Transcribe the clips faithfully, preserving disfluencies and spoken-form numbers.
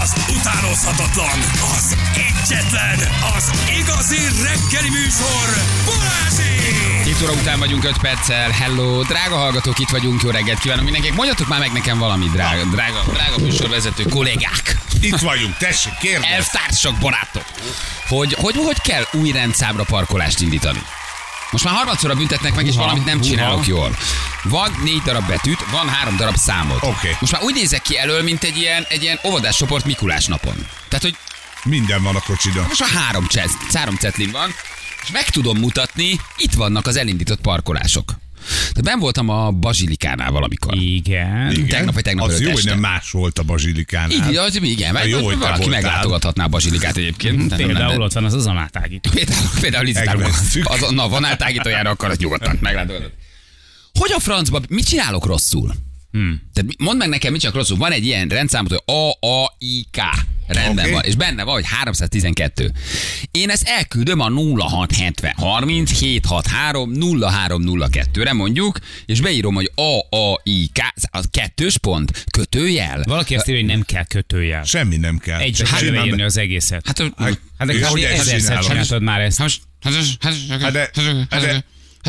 az utánozhatatlan, az egyetlen, az igazi reggeli műsor, Balázsék! Két óra után vagyunk öt perccel. Hello, drága hallgatók, itt vagyunk, jó reggelt kívánok mindenkinek. Mondjatok már meg nekem valamit, drága, drága, drága műsorvezető kollégák. Itt vagyunk, tessék, kérdez. Elvtársak, barátok. Hogy, hogy, hogy kell új rendszámra parkolást indítani? Most már harmadszorra büntetnek meg, és Uha, valamit nem uha. csinálok jól. Van négy darab betűt, van három darab számot. Oké. Most már úgy nézek ki elől, mint egy ilyen, egy ilyen óvodás csoport Mikulás napon. Tehát, hogy Minden van a kocsidon. most már három, csesz, három cetlin van, és meg tudom mutatni, itt vannak az elindított parkolások. Tehát benn voltam a Bazilikánál valamikor. Igen. Igen. Tegnap vagy tegnap Az előtt jó, hogy este. nem más volt a Bazilikánál. Így, az, igen, meg jó, hogy te valaki voltál. meglátogathatná a Bazilikát egyébként. Tehát nem- Például ott van az az anátágító. Például, például Lizitában. Megvesszük. Az, na, van áltágítójára, akkor az nyugodtan meglátogatod. Hogy a francba, mit csinálok rosszul? Hmm. Tehát mondd meg nekem, mit csak rosszul. Van egy ilyen rendszámot, hogy A A I K. Rendben Oké. van, és benne van, hogy háromszáztizenkettő. Én ezt elküldöm a nulla hat hetven harminc hét hat három nulla három nulla kettőre mondjuk, és beírom, hogy A A I K, az kettős pont, kötőjel. Valaki azt írja, hogy nem kell kötőjel. Semmi nem kell. Egy Csak csak csinálj írni meg. az egészet. Hát, Hát, Hát de és kb. hogy ezt ezerszer csinálod? csináltad már ezt. hát, Hát de- hát de-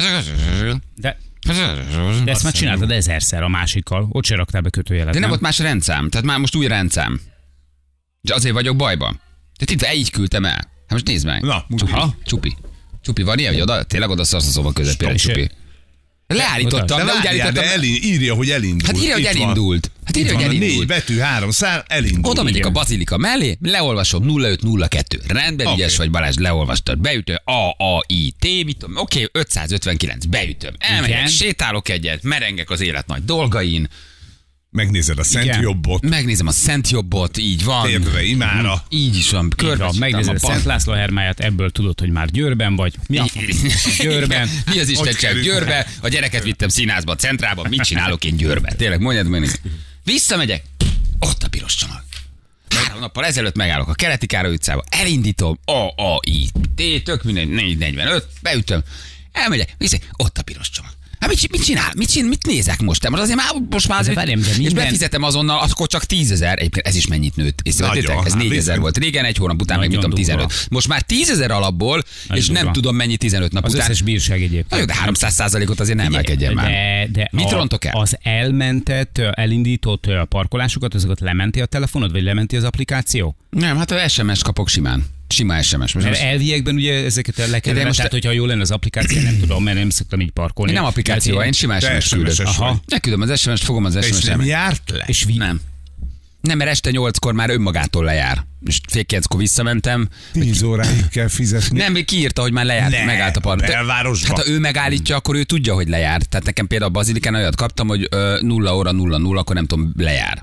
De, de ezt már csináltad ezerszer a másikkal. Ott se raktál be kötőjelet. De nem volt más rendszám, tehát már most új rendszám. És azért vagyok bajban. Tehát itt így küldtem el. Hát most nézd meg. Na, Csupi. Aha. Csupi. Csupi, van ilyen, hogy oda, tényleg oda szarsz a szoba közepére, Stop. Csupi. Leállítottam, De de úgy várjál, állítottam. de elin, írja, hogy elindult. Hát írja, hogy Itt van. elindult. Hát írja, Itt hogy van a négy elindult. betű, három szám, elindult. Oda megyek Igen. a Bazilika mellé, leolvasom nulla öt nulla kettő. Rendben, Oké. ügyes vagy Balázs, leolvastad. Beütöm A A I T, mit tudom, oké, ötszázötvenkilenc, beütöm. Elmegyek, Igen. sétálok egyet, merengek az élet nagy dolgain, Megnézed a Szent Igen. Jobbot, megnézem a Szent Jobbot, így van. térdre imára. Így is van, Így van, körbe megnézed a Szent László hermáját, ebből tudod, hogy már Győrben vagy. Mi a Győrben. Mi az Isten Ott csak kerül. Győrbe? A gyereket vittem színházba, a centrába, mit csinálok én Győrbe? Tényleg, mondjad meg. neki. Visszamegyek, ott a piros csomag. Három nappal ezelőtt megállok a Keleti Károly utcába, elindítom, A A I T, tök mindegy, négy negyvenöt, beütöm, elmegyek, vissza, ott a piros csomag. Hát mit, mit csinál? Mit, csinál? Mit nézek most? Te? Most azért már, most már azért, várjam, de és minden- befizetem azonnal, akkor csak tízezer, egyébként ez is mennyit nőtt. Észrevettétek? Nagyon, Ez hát négyezer bizony. volt. Régen egy hónap után meg mit Nagyon tudom durva. tizenöt. Most már tízezer alapból, Nagy és nem durva. tudom mennyi tizenöt nap Az után. összes bírság Na egyébként. jó, de háromszáz százalékot azért nem emelkedjen már. De, de Mit a, rontok el? Az elmentett, elindított parkolásokat, azokat lementi a telefonod, vagy lementi az applikáció? Nem, hát a es em es kapok simán. Sima es em es. Most Mert most elviekben ugye ezeket le De kellene, most- tehát hogyha jó lenne az applikáció, nem tudom, mert nem szoktam így parkolni. nem applikáció, én sima es em es Te küldök. es em es-es Aha. vagy. Megküldöm az es em es-t, fogom az Te is es em nem es-t. járt le? És vi- Nem. Nem, mert este nyolckor már önmagától lejár. És fél kilenckor visszamentem. Tíz óráig kell fizetni. Nem, kiírta, hogy már lejárt, Ne, megállt a park. a belvárosba. Hát ha ő megállítja, akkor ő tudja, hogy lejár. Tehát nekem például a Bazilikán olyat kaptam, hogy ö, nulla óra nulla nulla, akkor nem tudom, lejár.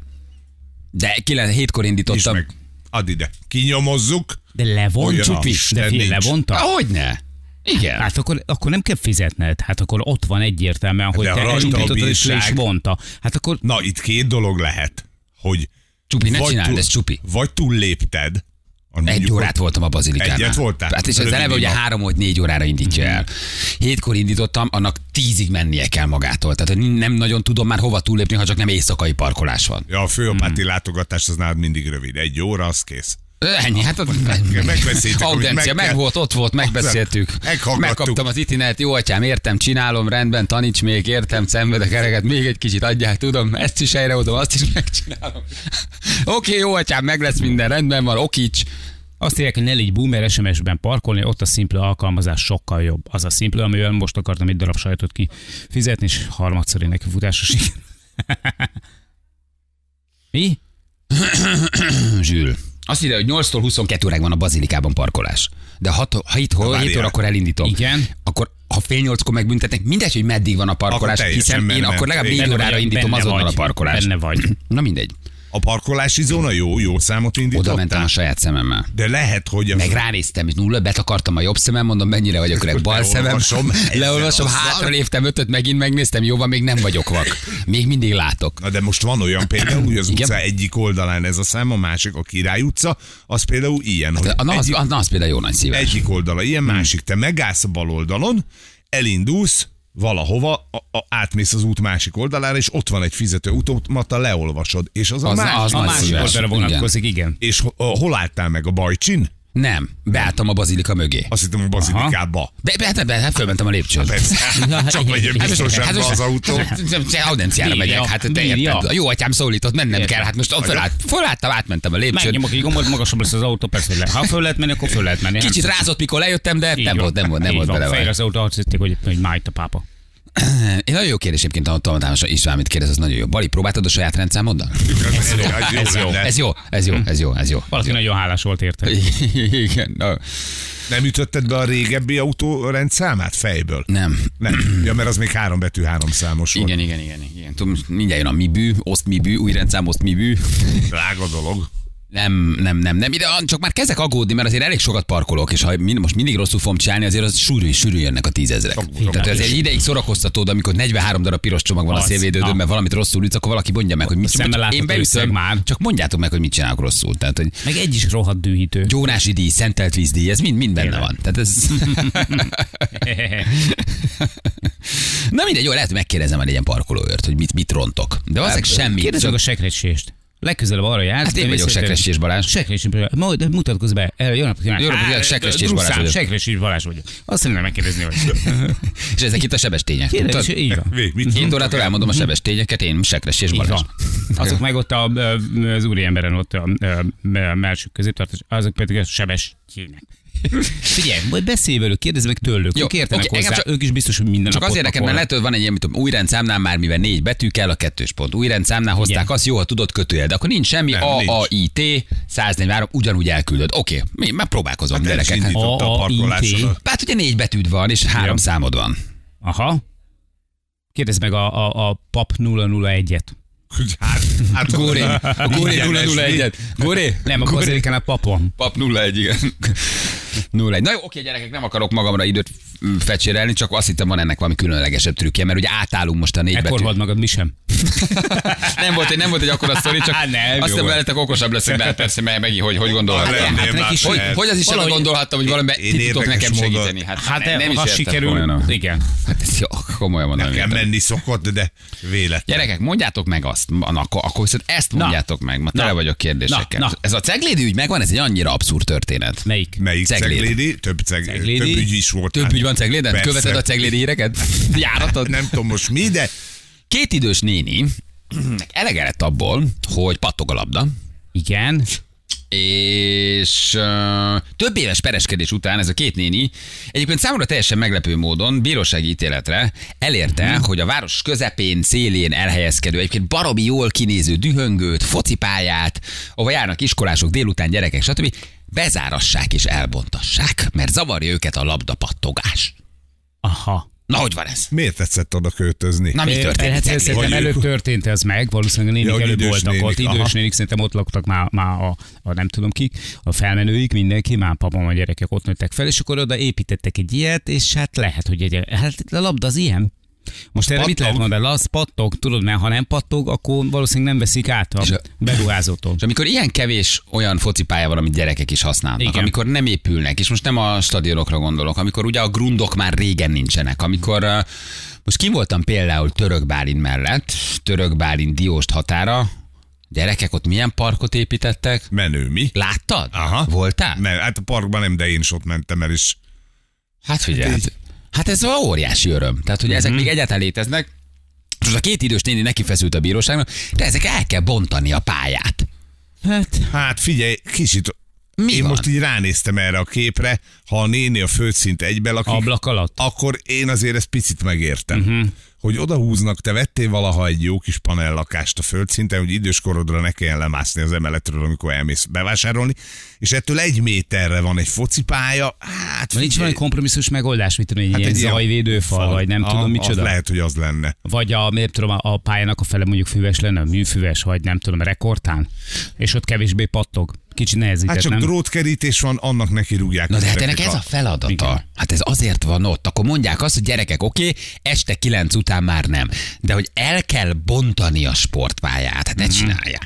De kilenc, hétkor És indítottam. meg, add ide. Kinyomozzuk. De levont, Olyan csupi, Isten de fél nincs. levonta? Hogyne? Igen. Hát akkor, akkor nem kell fizetned, hát akkor ott van egyértelműen, hogy De te rajta a elindítottad és le is bírság. vonta. Hát akkor Na, itt két dolog lehet, hogy Csupi, ne vagy csináld, túl- ez csupi. Vagy túllépted. Egy Mondjuk, órát voltam a Bazilikánál. Egyet voltál? Hát és az Rövid eleve ugye nap. három vagy négy órára indítja el. Hétkor indítottam, annak tízig mennie kell magától. Tehát hogy nem nagyon tudom már hova túllépni, ha csak nem éjszakai parkolás van. Ja, a főapáti Hmm. látogatás az nálad mindig rövid. Egy óra, az kész. Ö, Ennyi, hát ott Megbeszéltük, amit audencia, meg meg kell. volt, ott volt, megbeszéltük. Meghallgattuk. Megkaptam az itinet, jó atyám, értem, csinálom, rendben, taníts még, értem, szenvedek kereket, még egy kicsit adják, tudom, ezt is helyreadom, azt is megcsinálom. Oké, jó atyám, meg lesz minden, rendben van, okics. azt írják, hogy ne légy boomer es em es-ben parkolni, ott a Simple alkalmazás sokkal jobb. Az a Simple, amivel most akartam egy darab sajtot kifizetni, és harmadszor neki futásos siker. Mi? Zsül. Azt írja, hogy nyolctól huszonkettő óráig van a Bazilikában parkolás. De ha, ha itt hol, hét várjál. órakor elindítom. Igen. Akkor ha fél nyolckor megbüntetnek, mindegy, hogy meddig van a parkolás, Akkor teljesen hiszen én benne. akkor legalább négy Benne órára vagy, indítom benne azonnal vagy, a parkolást. benne vagy. Na mindegy. A parkolási zóna jó, jó számot Oda mentem indítottál? a saját szememmel. De lehet, hogy... A... Meg ránéztem, és nulla, betakartam a jobb szemem, mondom, mennyire vagyok öreg, bal szemem. Leolvasom, ezzel Leolvasom, azzal. hátra léptem ötöt, megint megnéztem, jó van, még nem vagyok vak. Még mindig látok. Na de most van olyan például, hogy az Igen. utca egyik oldalán ez a szám, a másik a Király utca, az például ilyen, hogy Na, az, egyik, az, na, az például jó nagy szívás. egyik oldala ilyen, Hmm. másik. Te megállsz a bal oldalon, elindulsz, valahova, a, a, átmész az út másik oldalára, és ott van egy fizető automata, leolvasod, és az, Az- a másik. az A nagy másik szíves. oldalra vonatkozik, igen. És ho, a, hol álltál meg? A Bajcsin? Nem, beálltam a bazilika mögé. Azt hittem a bazilikába. Be, be, be, be, hát fölmentem a lépcsőn. Persze. Csak legyen biztonságban az autó. Audenciára Bírja, megyek, hát te bírja. érted. A jó atyám szólított, mennem Értem. kell, hát most fölállt, fölálltam, átmentem a lépcsőn. Megnyomok egy gombot, magasabb lesz az autó, persze, hogy le. Ha föl lehet menni, akkor föl lehet menni. Kicsit rázott, mikor lejöttem, de Így nem van. volt, nem volt, nem Így volt van. bele. Fejre az autó, azt hitték, hogy, hogy májt a pápa. Én nagyon jó kérdés egyébként a Talmatámos István, amit kérdez, az nagyon jó. Bali, próbáltad a saját rendszámoddal? Ez jó. Ez jó, ez jó, ez jó, ez jó. Valaki nagyon hálás volt érte. Igen. na, Nem ütötted be a régebbi autórendszámát fejből? Nem. Nem. Ja, mert az még három betű, három számos volt. Igen, igen, igen, igen. Tudom, mindjárt jön a mibű, oszt mibű, új rendszám, oszt mibű. Drága dolog. Nem, nem, nem, nem. Ide csak már kezdek aggódni, mert azért elég sokat parkolok, és ha mind, most mindig rosszul fogom csinálni, azért az sűrű, sűrű jönnek a tízezrek. Tehát azért egy ideig szórakoztató, de amikor negyvenhárom darab piros csomag van a Az, szélvédődön, na. mert valamit rosszul ütsz, akkor valaki mondja meg, hogy mit szemmel csinálok. látható Én összeg beütöm, már. csak mondjátok meg, hogy mit csinálok rosszul. Tehát, hogy Meg egy is rohadt dühítő. gyónási díj, szentelt vízdíj, ez mind, mind benne Tényleg. van. Tehát ez... Na mindegy, jó, lehet, hogy megkérdezem el egy ilyen parkolóőrt, hogy mit, mit rontok. De valószínűleg semmi. Kérdezd meg a sekrecsést. Legközelebb arra jársz. Hát én vagyok Sekrecsés Balázs. Sekrecsés Balázs. Majd mutatkozz be. Eh, Jó napot kívánok. Jó napot kívánok, Sekrecsés Balázs vagyok. Sekrecsés Balázs vagyok. Azt szeretném megkérdezni, hogy... És ezek itt a sebestények. Kérdez, Tudtad? így van. Vég, mit Két mondtak órától el? elmondom a sebestényeket, én Sekrecsés Így Balázs. van. Azok meg ott a, az úriemberen ott a, a melsők közé tart, azok pedig a sebestények. Figyelj, majd beszélj velük, kérdezz meg tőlük. Jó, Ők értenek oké, hozzá, engem csak- ők is biztos, hogy minden Csak napot azért nekem, mert pakolnak. lehet, hogy van egy ilyen, mit tudom, új rendszámnál már, mivel négy betű kell a kettős pont. Új rendszámnál hozták Igen. azt, jó, ha tudod kötőjel, de akkor nincs semmi, Nem, A, nincs. A, I, T, száznegyvenhárom, ugyanúgy elküldöd. Oké, mi már próbálkozom, Hát el is gyerekek. Hát, indította a A, A, I, T. parkolásodat. hát ugye négy betűd van, és három Ja. számod van. Aha. Kérdezd meg a, a, a pap nulla nulla egyet. Hát, hát Góré, a Góré ingyenes, nulla nulla mi? egyet. Góré? Nem, a Góré. bazilikán a papon. Pap nulla egy, igen. nulla egy. Na jó, oké, gyerekek, nem akarok magamra időt mm, fecsérelni, csak azt hittem, van ennek valami különlegesebb trükkje, mert ugye átállunk most a négy Ekkor betű. halld magad, mi sem. Nem volt, egy- nem volt egy akkora sztori, csak Á, nem, azt jó. hiszem veletek okosabb leszek, de hát persze, meg, meg hogy, hogy gondolhattam. Hát, hát nem, neki hát, is- Hogy, lehet. hogy az is Valahogy- gondolhattam, hogy valamiben Én ti tudtok érdekes nekem módon- segíteni. Hát, Hát ne- nem is ha értem sikerül, komolyan. igen. Hát ez jó, komolyan mondom. Nekem értem. menni szokott, de véletlen. Gyerekek, mondjátok meg azt, na, akkor, akkor viszont ezt mondjátok meg, ma tele Na. vagyok kérdésekkel. Na, na. Ez a Ceglédi ügy megvan, ez egy annyira abszurd történet. Melyik? Melyik Cegléd. Ceglédi? Több, ceg... Ceglédi? több ügy is volt. Több Hát, ügy van Cegléden? persze. Követed a Ceglédi híreket? Járatod? Nem tudom most mi, de Két idős néni elege lett abból, hogy pattog a labda, Igen. és uh, több éves pereskedés után ez a két néni egyébként számomra teljesen meglepő módon bírósági ítéletre elérte, hogy a város közepén, szélén elhelyezkedő, egyébként baromi jól kinéző dühöngőt, focipályát, ahova járnak iskolások, délután gyerekek, stb. Bezárassák és elbontassák, mert zavarja őket a labdapattogás. Aha. Na, hogy van ez? miért tetszett oda költözni? Na, mi történt? Hát szerintem Vagy előbb ők- történt ez meg, valószínűleg a nénik Ja, hogy előbb idős voltak nénik, ott, idős aha. nénik szerintem ott laktak már, már a, a, nem tudom kik, a felmenőik, mindenki, már papam, a gyerekek ott nőttek fel, és akkor oda építettek egy ilyet, és hát lehet, hogy egy, hát a labda az ilyen. Most erre mit pattog? lehet mondani? Az pattog, tudod, mert ha nem pattog, akkor valószínűleg nem veszik át És a a- beruházótól. És amikor ilyen kevés olyan focipálya van, amit gyerekek is használnak, Igen. amikor nem épülnek, és most nem a stadionokra gondolok, amikor ugye a grundok már régen nincsenek, amikor uh, most kim voltam például Török Bálint mellett, Török Bálint Dióst határa, gyerekek ott milyen parkot építettek? Menő, mi? Láttad? Aha. Voltál? Nem, hát a parkban nem, de én is ott mentem el, és Hát figyelj, hát, hát ez olyan óriási öröm. Tehát, hogy ezek még egyáltalán léteznek. Most a két idős néni neki feszült a bíróságnak, de ezek el kell bontani a pályát. Hát, hát figyelj, kicsit Mi én van? most így ránéztem erre a képre, ha a néni a földszint egybe lakik, ablak alatt. akkor én azért ezt picit megértem. Uh-huh. Hogy odahúznak, te vettél valaha egy jó kis panellakást a földszinten, hogy időskorodra ne kelljen lemászni az emeletről, amikor elmész bevásárolni, és ettől egy méterre van egy focipálya, hát Van nincs valami kompromisszus megoldás, mit tudom, egy ilyen ilyen zajvédőfal, vagy nem Aha, tudom az micsoda. lehet, hogy az lenne. Vagy a, nem tudom, a pályának a fele mondjuk füves lenne, a műfüves, vagy nem tudom, rekordtán, és ott kevésbé pattog. Kicsit nehezített, Hát csak nem? drótkerítés van, annak neki rúgják. Na a de hát gyerekek ennek ez a feladata. Igen. Hát ez azért van ott. Akkor mondják azt, hogy gyerekek, oké, okay, este kilenc után már nem. De hogy el kell bontani a sportpályát, hát ne csinálják.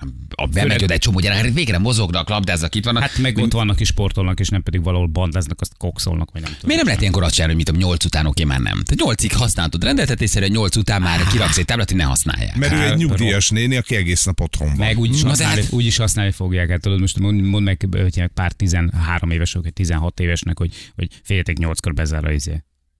A bemegy oda egy csomó gyerek, végre mozognak, labdáznak, itt vannak. Hát meg ott vannak is sportolnak, és nem pedig valahol bandáznak, azt kokszolnak, vagy nem tudom. Miért nem lehet ilyenkor azt csinálni, hogy mit tudom, nyolc után, oké, már nem. Tehát nyolcig használtod rendeltetésszerűen, nyolc után már kiraksz egy táblát, hogy ne használják. Mert ő egy nyugdíjas néni, aki egész nap otthon van. Meg úgyis Na, de használni, hát- úgyis használni fogják. Hát tudod, most mond, mondd meg, hogy pár tizenhárom évesek, vagy tizenhat évesnek, hogy, hogy féljetek nyolckor bezár a izé.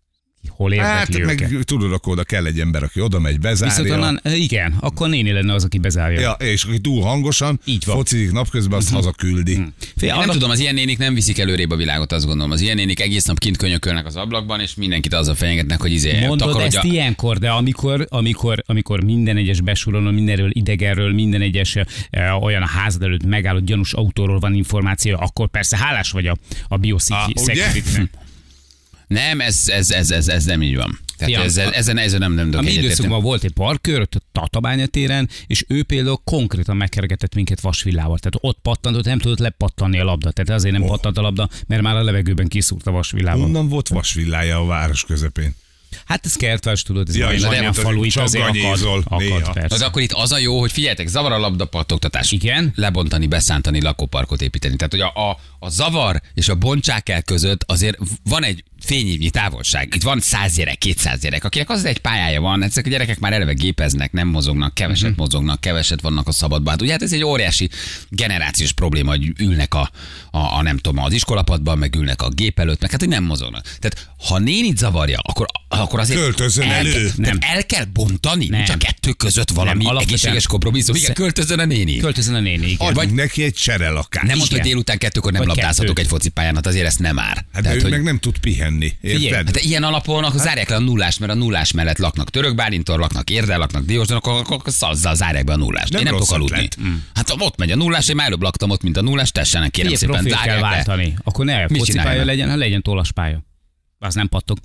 Hol Hát érdekli meg őket? tudod, akkor oda kell egy ember, aki oda megy, bezárja. Viszont onnan, igen, akkor néni lenne az, aki bezárja. Ja, és aki túl hangosan, Így van. focizik napközben, azt hazaküldi. Fél, Én nem tudom, az ilyen nénik nem viszik előrébb a világot, azt gondolom. Az ilyen nénik egész nap kint könyökölnek az ablakban, és mindenkit azzal fenyegetnek, hogy izé Mondod takarodja. ezt ilyenkor, de amikor, amikor, amikor minden egyes besorolón, mindenről idegenről, minden egyes e, olyan a házad előtt megállott gyanús autóról van információ, akkor persze hálás vagy a, a Ah, ugye? biosecurity-nek. Nem, ez, ez, ez, ez, ez nem így van. Tehát Fiam, ezzel, ezen, ezen nem, nem A tudok mi egyetérteni. időszakunkban volt egy parkőr, ott a Tatabánya téren, és ő például konkrétan megkergetett minket vasvillával. Tehát ott pattant, ott nem tudott lepattanni a labda. Tehát azért nem Oh. pattant a labda, mert már a levegőben kiszúrt a vasvillával. Onnan volt vasvillája a város közepén. Hát ez kertváros, tudod, ez Ja, ja, és majdnem nem falu, itt csak azért ganyézol akad, néha. akad persze. Az akkor itt az a jó, hogy figyeljetek, zavar a labda pattogtatás. Igen. Lebontani, beszántani, lakóparkot építeni. Tehát, hogy a, a, a zavar és a bontsák el között azért van egy fényévnyi távolság. Itt van száz gyerek, kétszáz gyerek, akinek az egy pályája van, ezek a gyerekek már eleve gépeznek, nem mozognak, keveset Mhm. uh-huh. mozognak, keveset vannak a szabadban. Hát ugye hát ez egy óriási generációs probléma, hogy ülnek a, a, a nem tudom, az iskolapadban, meg ülnek a gép előtt, meg hát, hogy nem mozognak. Tehát ha nénit zavarja, akkor, akkor azért Költözön el, elő. Nem. el kell bontani, Nem. csak kettő között valami Nem, alapvetően- egészséges kompromisszum. Igen, Sze- költözön a néni. Költözön a néni, igen. Adjunk neki egy cserelakást. Nem mondta, hogy Igen. délután kettőkor nem Vagy labdázhatok kettő. egy focipályán, hát azért ezt nem már. Hát de Tehát, ő hogy... meg nem tud pihenni. Figyelj, Érted? Hát ilyen alapon akkor zárják le a nullást, mert a nullás mellett laknak Török Bálinton, laknak Érdel, laknak Diósdon, akkor, akkor, akkor szazzal zárják be a nullást. Nem Én nem tudok rossz aludni. ötlet. Hát ott megy a nullás, én már előbb laktam ott, mint a nullás, tessenek kérem Figyelj, szépen, profilt kell zárják le. váltani. Akkor ne Mit focipálya csináljanak? legyen, ha legyen tollaspálya. Az nem pattog.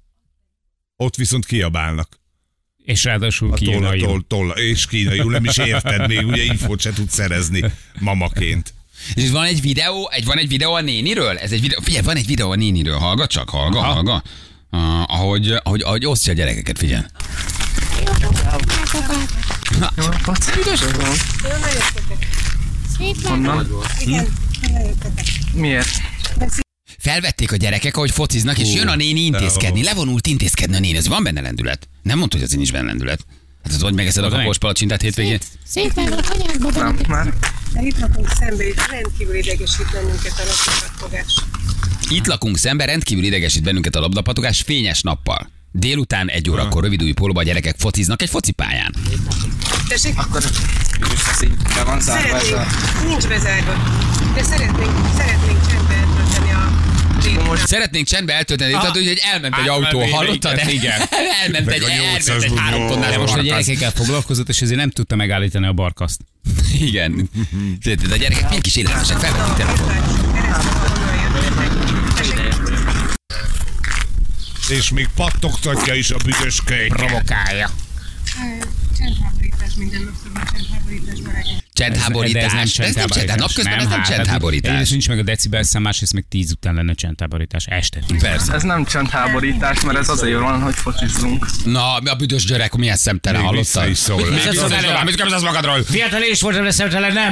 Ott viszont kiabálnak. És ráadásul A tolla, kínai. toll, tolla, és kínaiul nem is érted még, ugye infót se tud szerezni mamaként. És itt van egy videó, egy, van egy videó a néniről? Ez egy videó, figyelj, van egy videó a néniről, hallgat csak, hallgat, hallgat. Uh, ahogy, ahogy, ahogy osztja a gyerekeket, figyelj. Szép van. Igen, lejöttetek. Miért? Felvették a gyerekek, ahogy fociznak, és jön a néni intézkedni. Levonult intézkedni a néni. Ez van benne lendület. Nem mondta, hogy az nincs benne lendület. Hát az, hogy megeszed a Az meg. kakós palacsintát hétvégén? Szép van a kanyárba. Nem, már. De itt lakunk szembe, és rendkívül idegesít bennünket a lakókatfogás. Itt lakunk szemben, rendkívül idegesít bennünket a labdapatogás fényes nappal. Délután egy órakor rövidújú pólóba a gyerekek fociznak egy focipályán. Tessék, Akkor is ez így be van zárva ez szeretnénk, a... nincs bezárva, de szeretnénk, szeretnénk csendbe eltölteni a délután. Szeretnénk csendbe eltölteni, tehát úgy, hogy elment egy autó, hallottad? Igen. Elment egy, Meg a elment nyolcszas egy három bunyó. tonnás De most a barkasz. gyerekekkel foglalkozott, és ezért nem tudta megállítani a barkaszt. Igen. De a gyerekek még kis életesek, felvették telefon. És még pattogtatja is a büdös kölyke. Provokálja. Csendháborítás, minden nap szokott csendháborítás maradjon. Csendháborítás. De ez nem csendháborítás. Napközben ez nem hát, csendháborítás. Egyrészt nincs meg a decibel szám, másrészt meg tíz után lenne csendháborítás. Este tíz. Persze. Ez nem csendháborítás, mert ez azért van, hogy focizzunk. Na, a büdös gyerek, milyen szemtelen, Még vissza hallottad? is szól. Még Mit vissza is szól. Mit kapsz az magadról? Fiatal és voltam, de szemtelen nem.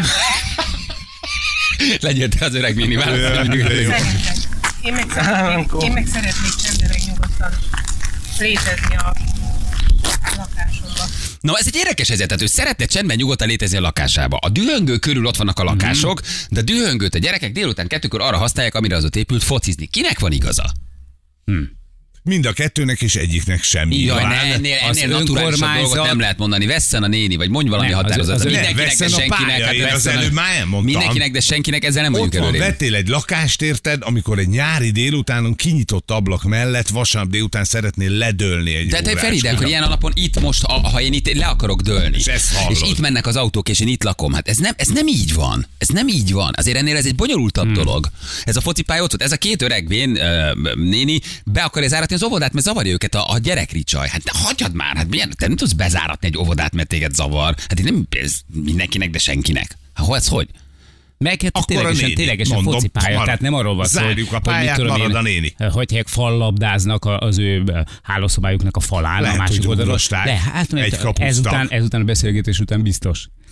Legyél te az öreg néni, Ja, válaszol. de jó. Szerintem. Én meg szeretnék, én meg szeretnék csendben meg nyugodtan létezni a lakásomban. Na, ez egy érdekes helyzet, tehát ő szeretne csendben nyugodtan létezni a lakásába. A dühöngő körül ott vannak a lakások, de a dühöngőt a gyerekek délután kettőkor arra használják, amire az ott épült, focizni. Kinek van igaza? Mind a kettőnek és egyiknek sem. Jaj, nyilván. ne, ennél, az ennél naturálisabb önkormányzat- dolgot nem lehet mondani. Vesszen a néni, vagy mondj valami Ne, az- határozat. az- az- Mindenkinek, de vesszen a senkinek. pálya, én az vesszen a- előbb már elmondtam. Mindenkinek, de senkinek ezzel nem Ott mondjuk van, előre. vettél egy lakást, érted, amikor egy nyári délutánon kinyitott ablak mellett vasárnap délután szeretnél ledőlni egy Tehát te órát. Feri, de akkor ilyen alapon itt most, ha ha én itt le akarok dőlni, És ezt hallod. és itt mennek az autók, és én itt lakom, hát ez nem, ez nem így van. Ez nem így van. Azért ennél ez egy bonyolultabb hmm. dolog. Ez a focipálya ott volt, ez a két öreg vén ö, néni be akarja záratni az óvodát, mert zavarja őket a, a gyerekricsaj. Hát ne, hagyjad már, hát milyen, te nem tudsz bezáratni egy óvodát, mert téged zavar. Hát itt nem ez mindenkinek, de senkinek. Hát hogy ez hogy? Meg hát Akkor a ténylegesen, néni. ténylegesen Mondom, focipálya, marad. tehát nem arról van szó, Zárjuk a hogy pályát, mit tudom marad én, a néni. hogy helyek fallabdáznak a- az ő ö, hálószobájuknak a falán, Lehet, a másik hogy oldalon. ugrosták De hát egy mert kapusztal. ezután, ezután a beszélgetés után biztos.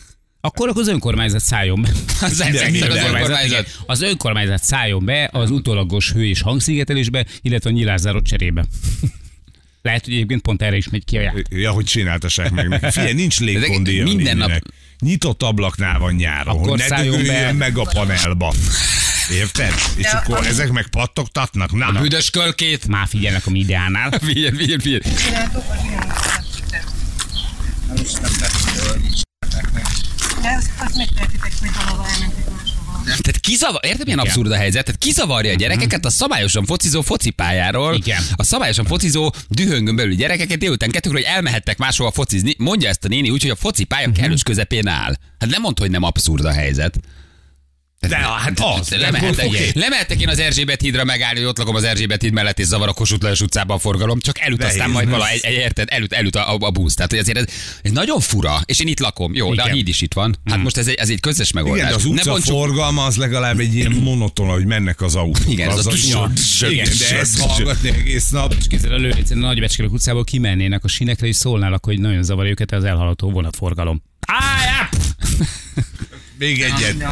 Akkor az önkormányzat szálljon be. Az, Minden, az, minden. az Az önkormányzat. Az önkormányzat szálljon be az utólagos hő- és hangszigetelésbe, illetve a nyilászárót cserébe. Lehet, hogy egyébként pont erre is megy ki a jár. Ja, hogy csináltassák meg neki. Figyelj, nincs légkondi. a Minden nap- néninek. Nyitott ablaknál van nyáron, Akkor hogy ne szálljon dögöljön be. meg a panelba. Érted? És De akkor ami- ezek meg pattogtatnak? Na, na. Büdös kölkét. Már figyelnek a médiánál. Figyelj, figyelj, figyelj. Csináltok, az ugyanúgy Nem is nem tehető, hogy így csinálták meg. De azt, azt megtehetitek, hogy valahol elmentek máshova. Tehát kizavar, érted milyen abszurd a helyzet? Tehát kizavarja a gyerekeket a szabályosan focizó focipályáról, Igen. a szabályosan focizó dühöngön belüli gyerekeket délután kettőkor, hogy elmehettek máshova focizni. Mondja ezt a néni úgy, hogy a focipálya kellős közepén áll. Hát nem mondta, hogy nem abszurd a helyzet. De hát az. Lemehettek, Oké. lemehettek én az Erzsébet hídra megállni, hogy ott lakom az Erzsébet híd mellett, és zavar a Kossuth Lajos utcában a forgalom, csak előtt Nehéz aztán majd lesz. valahogy, egy, érted, előtt, előtt a, a, a busz. Tehát hogy azért ez, ez nagyon fura, és én itt lakom. Jó, de a Igen. híd is itt van. Hát most ez egy, ez egy közös megoldás. Igen, de az Ne utca bontsuk- forgalma az legalább egy ilyen monoton, hogy mennek az autók. Igen, ez az a az tüssö- Igen, de ezt hallgatni egész nap. Képzeld, a lővécén a Nagybecskelők utcából kimennének a sinekre, és szólnának, hogy nagyon zavarja őket az elhaladó vonatforgalom. Áj, Még egyet.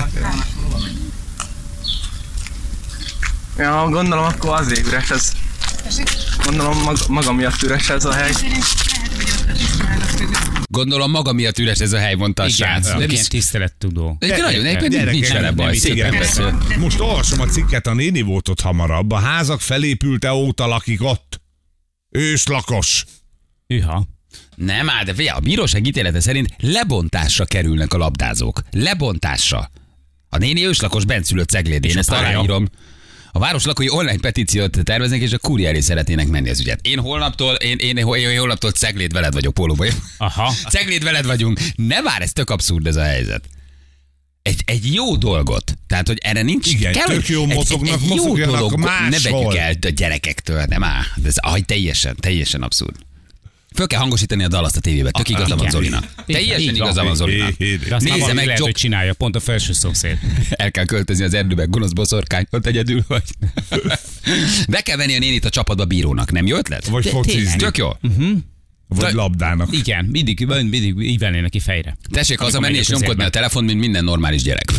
Ja, gondolom akkor azért üres ez. Gondolom maga, maga miatt üres ez a hely. Szerint lehet, hogy ott a tisztmának között. Gondolom maga miatt üres ez a hely, mondta a igen, srác. nem Nem ilyen is- tisztelettudó. Egyébként nagyon, egyébként Gyerekek, nincs vele nem baj, vicc, szépen igen. beszél. Most olvasom a cikket, a néni volt ott hamarabb. A házak felépülte óta lakik ott. Őslakos. Hűha. Nem áll, de figyelj, a bíróság ítélete szerint lebontásra kerülnek a labdázók. Lebontásra. A néni őslakos benszülött Ceglédén, És a ezt pálya? aláírom. A város lakói online petíciót terveznek, és a kúria elé szeretnének menni az ügyet. Én holnaptól, én, én, én, én holnaptól Cegléd veled vagyok pólóban. Aha. Cegléd veled vagyunk. Ne vár, ez tök abszurd ez a helyzet. Egy, egy jó dolgot. Tehát, hogy erre nincs... Igen, kell, tök hogy jó egy- mozognak, egy, egy jó mozogjanak dolog, ne máshol. vegyük el a gyerekektől, nem áll. Ez aj, teljesen, teljesen abszurd. Föl kell hangosítani a dalaszt a tévébe. Tök igaza van igen. Zolina. Igen, Teljesen így van. igaza van Zolina. Hé, hé, hé. De azt már Nézze valami meg, lehet, Job. hogy csinálja, pont a felső szomszéd. El kell költözni az erdőbe, gonosz boszorkány, ott egyedül vagy. Be kell venni a nénit a csapatba bírónak, nem jó ötlet? Vagy De focizni. tényleg, Tök jó. Vagy labdának. Igen, mindig, mindig így vennének ki fejre. Tessék Amikor hazamenni és megyek nyomkodni a közérbe. telefon, mint minden normális gyerek.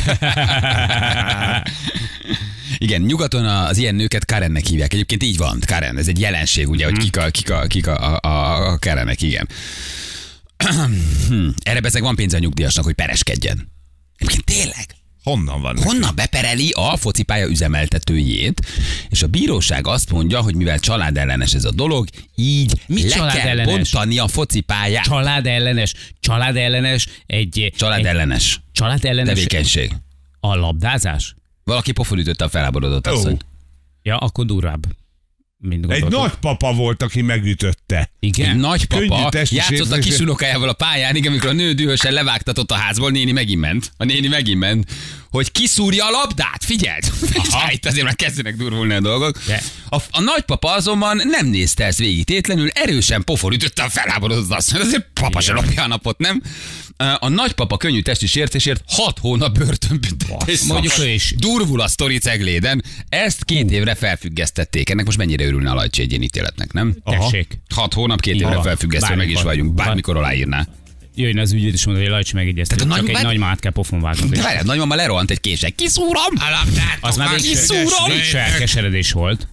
Igen, nyugaton az ilyen nőket Karennek hívják. Egyébként így van, Karen. Ez egy jelenség, ugye, hogy kik a, kik a, kik a, a, a Karenek, igen. Erre bezeg van pénze a nyugdíjasnak, hogy pereskedjen. Egyébként tényleg. Honnan van? neki? Honnan bepereli a focipálya üzemeltetőjét, és a bíróság azt mondja, hogy mivel családellenes ez a dolog, így Mi le kell családellenes? bontani a focipályát. Családellenes, családellenes, egy... egy Családellenes családellenes tevékenység. a labdázás? Valaki pofon ütötte a felháborodott Ó. asszony. Ja, akkor durvább. Mint Egy gondoltuk. nagypapa volt, aki megütötte. Igen? Egy nagypapa Könnyű testi játszott a sérülés. kisunokájával a pályán, igen, amikor a nő dühösen levágtatott a házból, néni megint ment. A néni megint ment, hogy kiszúrja a labdát. Figyeld! Figyelj, itt azért már kezdenek durvulni a dolgok. De. A, a nagypapa azonban nem nézte ezt végig tétlenül, erősen pofon ütötte a felháborodott asszonyt. Azért papa se lopja a napot, nem? A nagypapa könnyű testi sértésért hat hónap börtönbüntetés. Mondjuk ő is. Durvul a sztori Cegléden. Ezt két évre felfüggesztették. Ennek most mennyire örülne a Lajcsi egy ilyen ítéletnek, nem? Tessék. Hat hónap, két Így évre van. felfüggesztve, meg is Bármikor. vagyunk. Bármikor aláírná. Jöjjön az ügyvéd és mondja, hogy Lajcsi megegyezte. Tehát a Csak nagy- egy várj- nagymát kell pofon vágnunk. De várjál, nagymama lerohant egy késsel. Kiszúrom! Az már végső, kiszúrom! végső elkeseredés volt.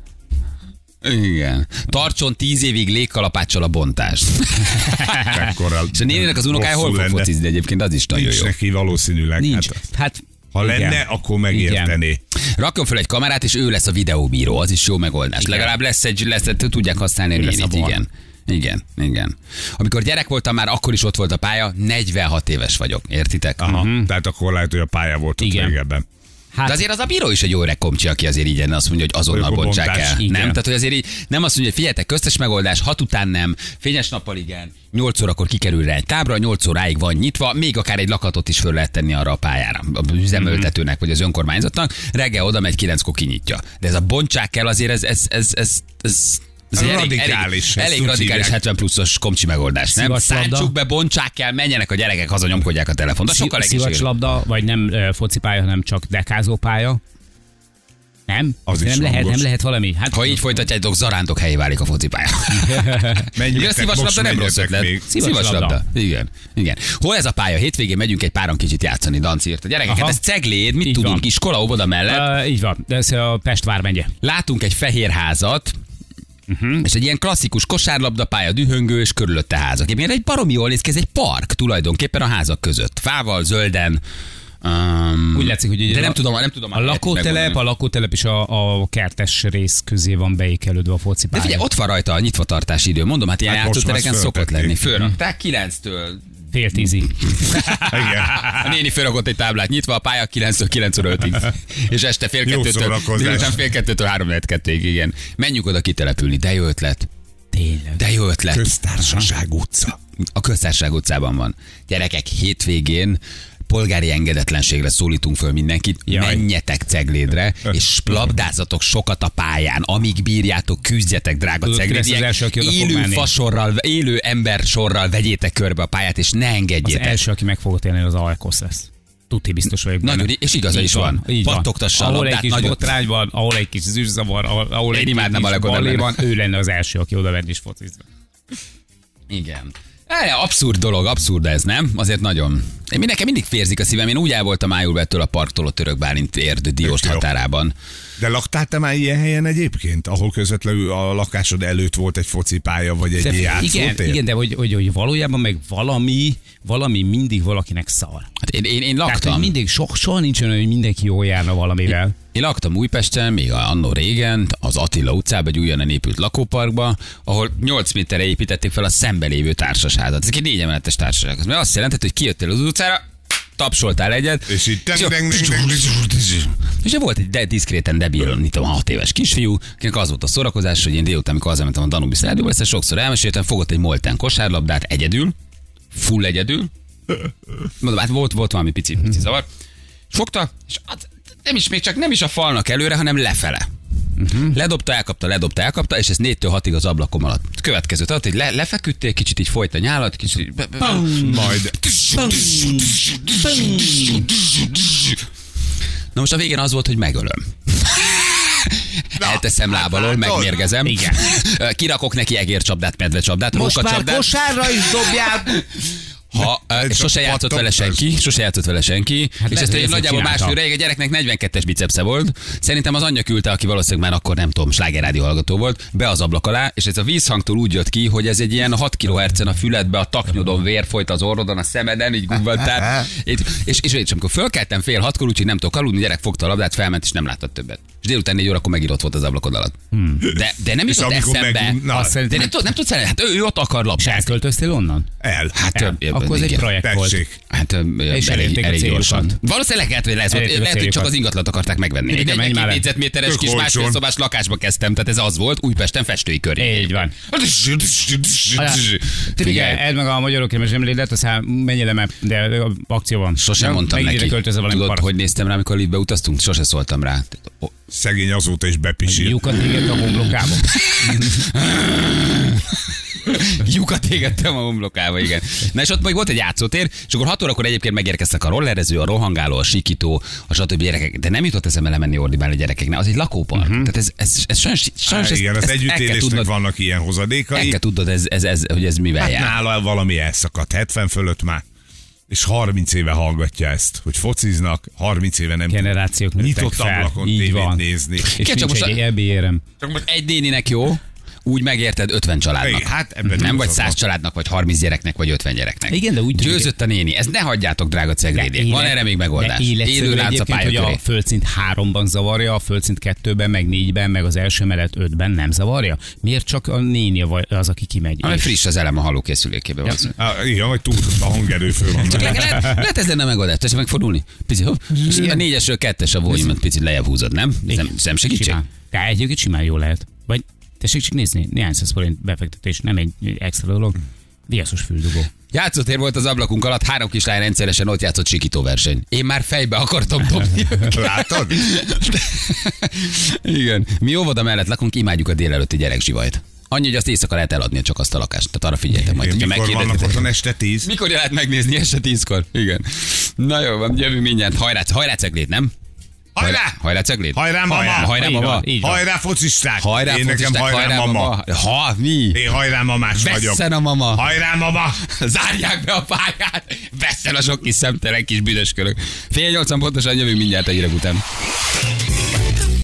Igen. Tartson tíz évig légkalapáccsal a bontást. Ekkora És a néninek az unokája hol hosszú fog lenne. focizni egyébként, az is nagyon Nincs jó. neki valószínűleg. Nincs. Hát, Hát, ha igen. lenne, akkor megértené. Rakjon fel egy kamerát, és ő lesz a videóbíró, az is jó megoldás. Igen. Legalább lesz egy, lesz, tudják használni a Ő lesz nénit, a van. igen. Igen, igen. Amikor gyerek voltam, már akkor is ott volt a pálya, negyvenhat éves vagyok, értitek? Aha, tehát akkor lehet, hogy a pálya volt ott Igen. régebben. Hát, De azért az a bíró is egy jó rekomcsi, aki azért így lenne, azt mondja, hogy azonnal Akkor bontsák bontás. el. Igen. Nem? Tehát, hogy azért így nem azt mondja, hogy figyeljetek, köztes megoldás, hat után nem, fényes nappal igen, nyolc órakor kikerül rá egy tábra, nyolc óráig van nyitva, még akár egy lakatot is föl lehet tenni arra a pályára, az üzemeltetőnek vagy az önkormányzatnak, reggel oda megy, kilenckor kinyitja. De ez a bontsák el azért, ez, ez, ez, ez, ez ez egy elég, Radikális, elég, ezt elég úgy radikális hívják. hetven pluszos komcsi megoldás, nem? Szivacslabda. Szántsuk be, bontsák el, menjenek a gyerekek, haza nyomkodják a telefont. De sokkal egészségesebb. szivacslabda, vagy nem ö, focipálya, hanem csak dekázópálya. Nem? Az nem is lehet, hangos. nem lehet valami. Hát, Ha így folytatjátok, zarántok helyé válik a focipálya. Menjetek, A szívaslabda nem rossz menjetek ötlet. még. Szívaslabda. Igen. Igen. Hol ez a pálya? Hétvégén megyünk egy páran kicsit játszani, Danci írt. A gyerekeket, Aha. ez Cegléd, mit Így tudunk, van. iskola, óvoda mellett. Uh, így van, de ez a Pest vármegye. Látunk egy fehér házat, Uh-huh. És egy ilyen klasszikus kosárlabdapálya, dühöngő és körülötte házak. Egyébként egy baromi jól néz ki, ez egy park tulajdonképpen a házak között. Fával, zölden. Um, Úgy látszik, hogy ugye de a- nem tudom, nem tudom. A lakótelep, a lakótelep és a, a kertes rész közé van beékelődve a De focipálya. figyelj, ott van rajta a nyitvatartási idő. Mondom, hát ilyen Hát most játszótereken már szokott föltették. lenni. Fölrakták kilenctől. Fél tízig. Igen. A néni fölrakott egy táblát nyitva, a pálya kilenctől kilenc óra ötig. És este fél Jó kettőtől, szórakozás. délután fél kettőtől három kettőig, igen. Menjünk oda kitelepülni, de jó ötlet. Tényleg. De jó ötlet. Köztársaság utca. A Köztársaság utcában van. Gyerekek, hétvégén polgári engedetlenségre szólítunk föl mindenkit, Jaj. menjetek Ceglédre, és labdázatok sokat a pályán, amíg bírjátok, küzdjetek, drága Tudod, ki lesz az ceglédiek. első, aki oda fog Élő menni? fasorral, élő ember sorral vegyétek körbe a pályát, és ne Az engedjétek. első, aki meg fogott élni, az Alkosz lesz. Tuti biztos vagyok benne. Nagyon, és igaza Így is van. így van. Pattogtassa a Ahol egy labdát, kis nagyon- botrány van, ahol egy kis zűrzavar, ahol, ahol Én egy imádnám, kis Alek oda ballé menne. van, ő lenne az első, aki oda menni és focizni. Igen. E, abszurd dolog, abszurd ez, nem? Azért nagyon. Én nekem mindig férzik a szívem. Én úgy el voltam Ájulbettől a parktól a Török Bálint érd Dióst Tök jó. határában. De laktál te már ilyen helyen egyébként, ahol közvetlenül a lakásod előtt volt egy focipálya, vagy egy De, igen, játszótér? igen, de hogy, hogy, hogy valójában meg valami, valami mindig valakinek szar. Hát én, én, én Tehát, laktam. hogy mindig, so, soha nincs olyan, hogy mindenki jól járna valamivel. Én laktam Újpesten, még annó régen, az Attila utcában, egy újonnan épült lakóparkba, ahol nyolc méterre építették fel a szembe lévő társasházat. Ez egy négy emeletes társaság. Ez azt jelentett, hogy kijöttél az utcára, tapsoltál egyet, És így teng, jó- teng, teng, teng. és volt egy de, diszkréten debil, mit tudom, hat éves kisfiú, akinek az volt a szórakozás, hogy én délután, amikor hazamentem a Danubius rádióba, ezt sokszor elmeséltem, fogott egy molten kosárlabdát egyedül, full egyedül, mondom, hát volt, volt valami pici, pici zavar, fogta, és hát nem is, még csak nem is a falnak előre, hanem lefele. Uh-huh. Ledobta, elkapta, ledobta, elkapta, és ez négytől hatig az ablakom alatt. Következő, tehát, hogy le, lefeküdtél, kicsit így folyt a nyálat, kicsit így... be- be- Majd Na most a végén az volt, hogy megölöm. Elteszem lábalól, megmérgezem. Igen. Kirakok neki egércsapdát, medvecsapdát, rókacsapdát. kosárra is dobjál! Ha, uh, Ez sose csak játszott vele pattogás. senki, sose játszott vele senki, Hát és lehet, ezt hogy egy ezt nagyjából csinálta. másfél a gyereknek negyvenkettes bicepsze volt. Szerintem az anyja küldte, aki valószínűleg már akkor nem tudom, slágerrádió hallgató volt, be az ablak alá, és ez a vízhangtól úgy jött ki, hogy ez egy ilyen hat kilohertzen a füledbe, a taknyodon vér folyt az orrodon, a szemeden, így gubbantál. És, és, és, és amikor fölkeltem fél hatkor, úgyhogy nem tudok aludni, gyerek fogta a labdát, felment, és nem láttad többet. És délután négy órakor megint ott volt az ablakod alatt. Hmm. De, de nem És jutott amikor eszembe. meg- na, Azt szerintem- de nem, tud, nem tudsz el, hát ő, ő ott akar És labdázni. elköltöztél onnan? el. Hát, El. ö, Akkor ez egy igen. projekt volt. Tessék. Hát ö, És elég, elérték a elég céljukat. gyorsan. Valószínűleg lehet, hogy lesz, volt. Elérték a Lehet, hogy csak céljukat. az ingatlant akarták megvenni. Egy Igen, menj negyvenkét már el. négyzetméteres Tök kis olcsón. másfélszobás lakásba kezdtem, tehát ez az volt, Újpesten festői köré. Így van. Figyelj. Figyelj, edd meg a magyarok és emlédet, aztán menj le, mert de akció van. Sosem Ja, mondtam megint ide neki. költözöl valami Tudod, paraszt. hogy néztem rá, amikor liftbe utaztunk? Sose szóltam rá. O, Szegény azóta is bepisírt. Lyukat égett a homlokába. Lyukat égettem a homlokába, igen. Na és ott még volt egy játszótér, és akkor hat órakor egyébként megérkeztek a rollerező, a rohangáló, a sikító, a stb. Gyerekek. De nem jutott eszembe lemenni ordibálni a gyerekeknek. Az egy lakópark. Uh-huh. Tehát ez, ez, ez sajnos, sajnos Há, ez, igen, az ezt el kell együttélésnek tudnod, vannak ilyen el hozadékai. kell tudnod, ez, ez, ez, hogy ez mivel Hát jár. nála valami elszakadt, hetven fölött már. És harminc éve hallgatja ezt, hogy fociznak, harminc éve nem Generációk tud nőttek nyitott fel. ablakon Így tévét van. nézni. És Igen, csak nincs most egy a- é bé érem. Csak most egy néninek jó, úgy megérted ötven családnak. Igen, hát ebben nem vagy igazad száz van. családnak, vagy harminc gyereknek, vagy ötven gyereknek. Igen, de úgy tűnik- Győzött a néni. Ezt ne hagyjátok, drága ceglédiek. Van erre még megoldás. De életszerű Élő lánc a egyébként, hogy pálya a köré. földszint háromban zavarja, a földszint kettőben, meg négyben, meg az első emelet ötben nem zavarja? Miért csak a néni vagy az, aki kimegy? Ami És- friss az elem a halókészülékében. Ja. Ah, igen, vagy túl a hangerő föl van. Csak lehet, lehet, lehet ez lenne megoldás. Tessék megfordulni. Pici, hopp. És a négyesről kettes a volumet picit lejjebb húzod, nem? Ez nem, ez nem segítség? Simán. De egyébként simán jó lehet. Vagy tessék csak nézni, néhány száz forint befektetés, nem egy extra dolog. Viaszos füldugó. Játszótér volt az ablakunk alatt, három kislány rendszeresen ott játszott sikítóverseny. Én már fejbe akartam dobni őket. Látod? Igen. Mi óvoda mellett lakunk, imádjuk a délelőtti gyerekzsivajt. Annyi, hogy azt éjszaka lehet eladni csak azt a lakást. Tehát arra figyeljetek majd, hogyha Mikor vannak megkérdeztetek. otthon este tíz? Mikor lehet megnézni este tízkor? Igen. Na jó, van, jövünk mindjárt. Hajrá, hajrá Ceglét, nem? Hajrá! Hajrá cegléd? Hajrá, mama! Hajrá, Így mama! van, így van. Hajrá, focisták! Hajrá, Én nekem focisták, hajrá, mama! Ha, mi? Én hajrá, mamás vagyok. Vesszen a mama! Hajrá, mama! Zárják be a pályát! Vesszen a sok kis szemtelen kis büdöskörök. Fél nyolcan pontosan jövünk mindjárt egy hírek után.